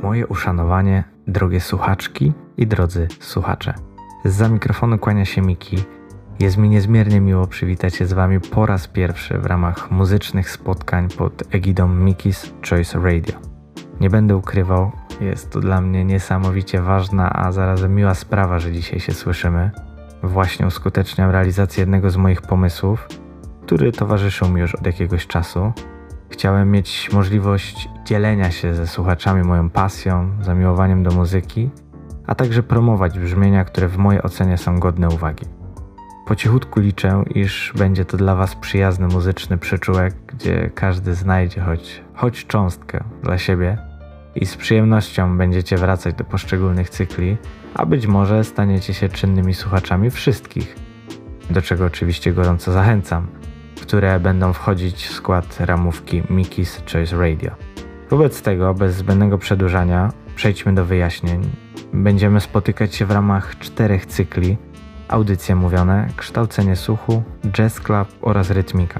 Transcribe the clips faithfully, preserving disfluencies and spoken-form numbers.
Moje uszanowanie, drogie słuchaczki i drodzy słuchacze. Zza mikrofonu kłania się Miki. Jest mi niezmiernie miło przywitać się z Wami po raz pierwszy w ramach muzycznych spotkań pod egidą Miki's Choice Radio. Nie będę ukrywał, jest to dla mnie niesamowicie ważna, a zarazem miła sprawa, że dzisiaj się słyszymy. Właśnie uskuteczniam realizację jednego z moich pomysłów, który towarzyszył mi już od jakiegoś czasu. Chciałem mieć możliwość dzielenia się ze słuchaczami moją pasją, zamiłowaniem do muzyki, a także promować brzmienia, które w mojej ocenie są godne uwagi. Po cichutku liczę, iż będzie to dla Was przyjazny muzyczny przyczółek, gdzie każdy znajdzie choć, choć cząstkę dla siebie i z przyjemnością będziecie wracać do poszczególnych cykli, a być może staniecie się czynnymi słuchaczami wszystkich, do czego oczywiście gorąco zachęcam, które będą wchodzić w skład ramówki Miki's Choice Radio. Wobec tego, bez zbędnego przedłużania, przejdźmy do wyjaśnień. Będziemy spotykać się w ramach czterech cykli: audycje mówione, kształcenie słuchu, jazz club oraz rytmika.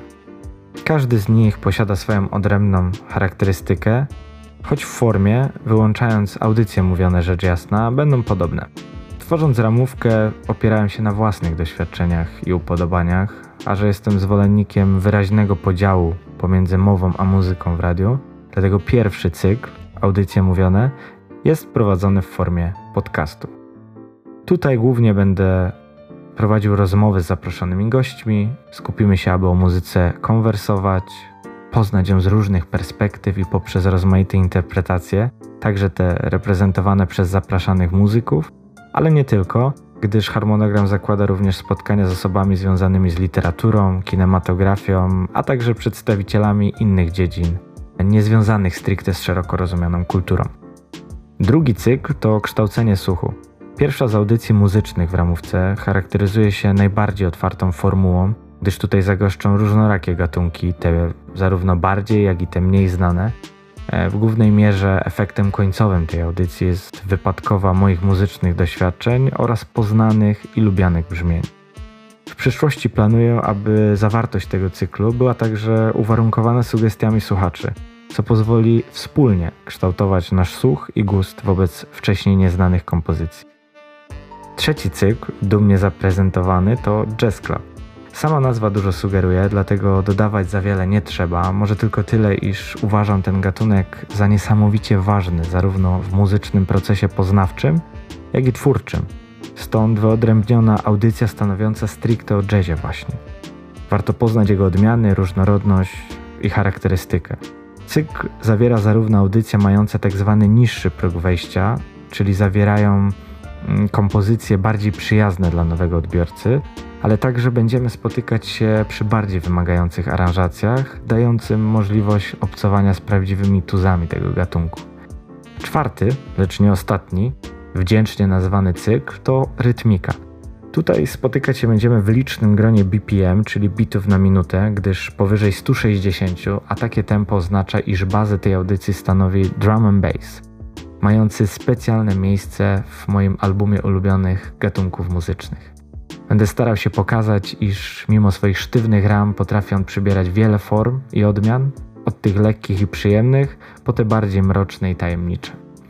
Każdy z nich posiada swoją odrębną charakterystykę, choć w formie, wyłączając audycje mówione rzecz jasna, będą podobne. Tworząc ramówkę, opierałem się na własnych doświadczeniach i upodobaniach, a że jestem zwolennikiem wyraźnego podziału pomiędzy mową a muzyką w radiu, dlatego pierwszy cykl, audycje mówione, jest prowadzony w formie podcastu. Tutaj głównie będę prowadził rozmowy z zaproszonymi gośćmi, skupimy się, aby o muzyce konwersować, poznać ją z różnych perspektyw i poprzez rozmaite interpretacje, także te reprezentowane przez zapraszanych muzyków, ale nie tylko, gdyż harmonogram zakłada również spotkania z osobami związanymi z literaturą, kinematografią, a także przedstawicielami innych dziedzin, niezwiązanych stricte z szeroko rozumianą kulturą. Drugi cykl to kształcenie słuchu. Pierwsza z audycji muzycznych w ramówce charakteryzuje się najbardziej otwartą formułą, gdyż tutaj zagoszczą różnorakie gatunki, te zarówno bardziej, jak i te mniej znane. W głównej mierze efektem końcowym tej audycji jest wypadkowa moich muzycznych doświadczeń oraz poznanych i lubianych brzmień. W przyszłości planuję, aby zawartość tego cyklu była także uwarunkowana sugestiami słuchaczy, co pozwoli wspólnie kształtować nasz słuch i gust wobec wcześniej nieznanych kompozycji. Trzeci cykl, dumnie zaprezentowany, to Jazz Club. Sama nazwa dużo sugeruje, dlatego dodawać za wiele nie trzeba, może tylko tyle, iż uważam ten gatunek za niesamowicie ważny zarówno w muzycznym procesie poznawczym, jak i twórczym. Stąd wyodrębniona audycja stanowiąca stricte o jazzie właśnie. Warto poznać jego odmiany, różnorodność i charakterystykę. Cykl zawiera zarówno audycje mające tzw. niższy próg wejścia, czyli zawierają kompozycje bardziej przyjazne dla nowego odbiorcy, ale także będziemy spotykać się przy bardziej wymagających aranżacjach, dającym możliwość obcowania z prawdziwymi tuzami tego gatunku. Czwarty, lecz nie ostatni, wdzięcznie nazwany cykl to rytmika. Tutaj spotykać się będziemy w licznym gronie B P M, czyli bitów na minutę, gdyż powyżej sto sześćdziesiąt, a takie tempo oznacza, iż bazę tej audycji stanowi drum and bass, mający specjalne miejsce w moim albumie ulubionych gatunków muzycznych. Będę starał się pokazać, iż mimo swoich sztywnych ram potrafi on przybierać wiele form i odmian, od tych lekkich i przyjemnych, po te bardziej mroczne i tajemnicze.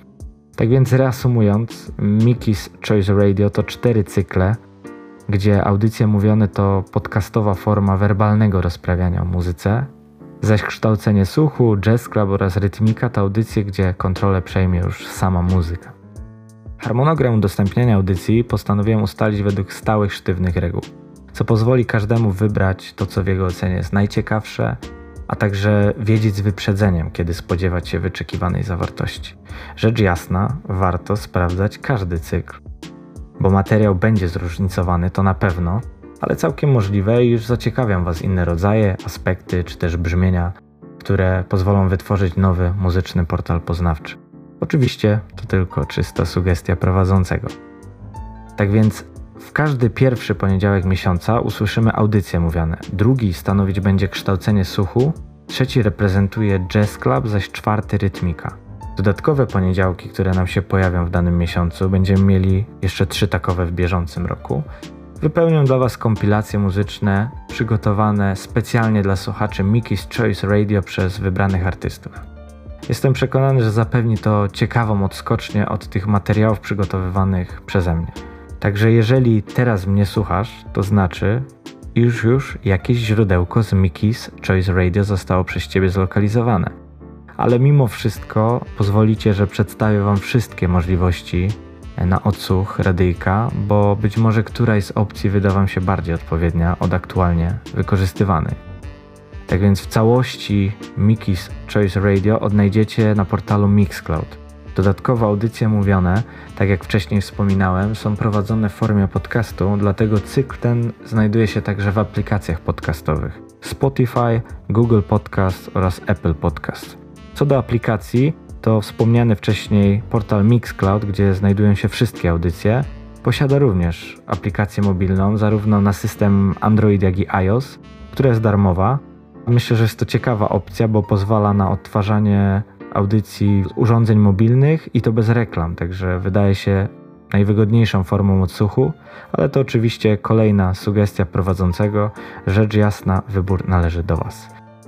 Tak więc reasumując, Miki's Choice Radio to cztery cykle, gdzie audycje mówione to podcastowa forma werbalnego rozprawiania o muzyce, zaś kształcenie słuchu, jazz club oraz rytmika to audycje, gdzie kontrolę przejmie już sama muzyka. Harmonogram udostępniania audycji postanowiłem ustalić według stałych, sztywnych reguł, co pozwoli każdemu wybrać to, co w jego ocenie jest najciekawsze, a także wiedzieć z wyprzedzeniem, kiedy spodziewać się wyczekiwanej zawartości. Rzecz jasna, warto sprawdzać każdy cykl, bo materiał będzie zróżnicowany, to na pewno, ale całkiem możliwe, iż zaciekawią Was inne rodzaje, aspekty czy też brzmienia, które pozwolą wytworzyć nowy muzyczny portal poznawczy. Oczywiście to tylko czysta sugestia prowadzącego. Tak więc w każdy pierwszy poniedziałek miesiąca usłyszymy audycje mówione, drugi stanowić będzie kształcenie słuchu, trzeci reprezentuje jazz club, zaś czwarty rytmika. Dodatkowe poniedziałki, które nam się pojawią w danym miesiącu, będziemy mieli jeszcze trzy takowe w bieżącym roku, wypełnią dla Was kompilacje muzyczne przygotowane specjalnie dla słuchaczy Miki's Choice Radio przez wybranych artystów. Jestem przekonany, że zapewni to ciekawą odskocznię od tych materiałów przygotowywanych przeze mnie. Także jeżeli teraz mnie słuchasz, to znaczy, iż już jakieś źródełko z Mickey's Choice Radio zostało przez Ciebie zlokalizowane. Ale mimo wszystko pozwolicie, że przedstawię Wam wszystkie możliwości na odsłuch radyjka, bo być może któraś z opcji wyda Wam się bardziej odpowiednia od aktualnie wykorzystywanej. Tak więc w całości Mickey's Choice Radio odnajdziecie na portalu Mixcloud. Dodatkowo audycje mówione, tak jak wcześniej wspominałem, są prowadzone w formie podcastu, dlatego cykl ten znajduje się także w aplikacjach podcastowych Spotify, Google Podcast oraz Apple Podcast. Co do aplikacji, to wspomniany wcześniej portal Mixcloud, gdzie znajdują się wszystkie audycje, posiada również aplikację mobilną zarówno na system Android, jak i iOS, która jest darmowa. Myślę, że jest to ciekawa opcja, bo pozwala na odtwarzanie audycji z urządzeń mobilnych i to bez reklam, także wydaje się najwygodniejszą formą odsłuchu, ale to oczywiście kolejna sugestia prowadzącego. Rzecz jasna, wybór należy do Was.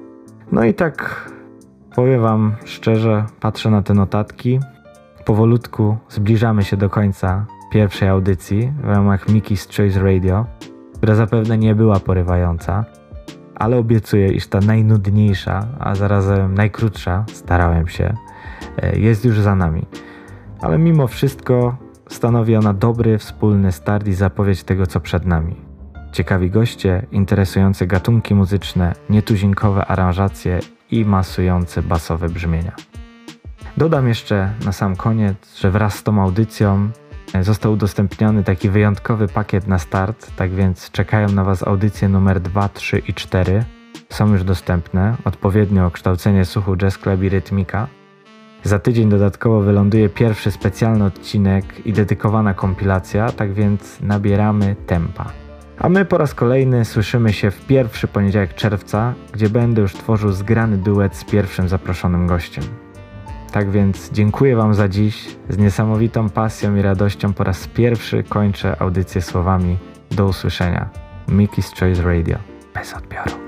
No i tak powiem Wam szczerze, patrzę na te notatki. Powolutku zbliżamy się do końca pierwszej audycji w ramach Mickey's Choice Radio, która zapewne nie była porywająca, ale obiecuję, iż ta najnudniejsza, a zarazem najkrótsza, starałem się, jest już za nami. Ale mimo wszystko stanowi ona dobry, wspólny start i zapowiedź tego, co przed nami. Ciekawi goście, interesujące gatunki muzyczne, nietuzinkowe aranżacje i masujące basowe brzmienia. Dodam jeszcze na sam koniec, że wraz z tą audycją został udostępniony taki wyjątkowy pakiet na start, tak więc czekają na Was audycje numer dwa, trzy i cztery. Są już dostępne, odpowiednio kształcenie słuchu, jazz club i rytmika. Za tydzień dodatkowo wyląduje pierwszy specjalny odcinek i dedykowana kompilacja, tak więc nabieramy tempa. A my po raz kolejny słyszymy się w pierwszy poniedziałek czerwca, gdzie będę już tworzył zgrany duet z pierwszym zaproszonym gościem. Tak więc dziękuję Wam za dziś. Z niesamowitą pasją i radością po raz pierwszy kończę audycję słowami do usłyszenia. Mickey's Choice Radio. Bez odbioru.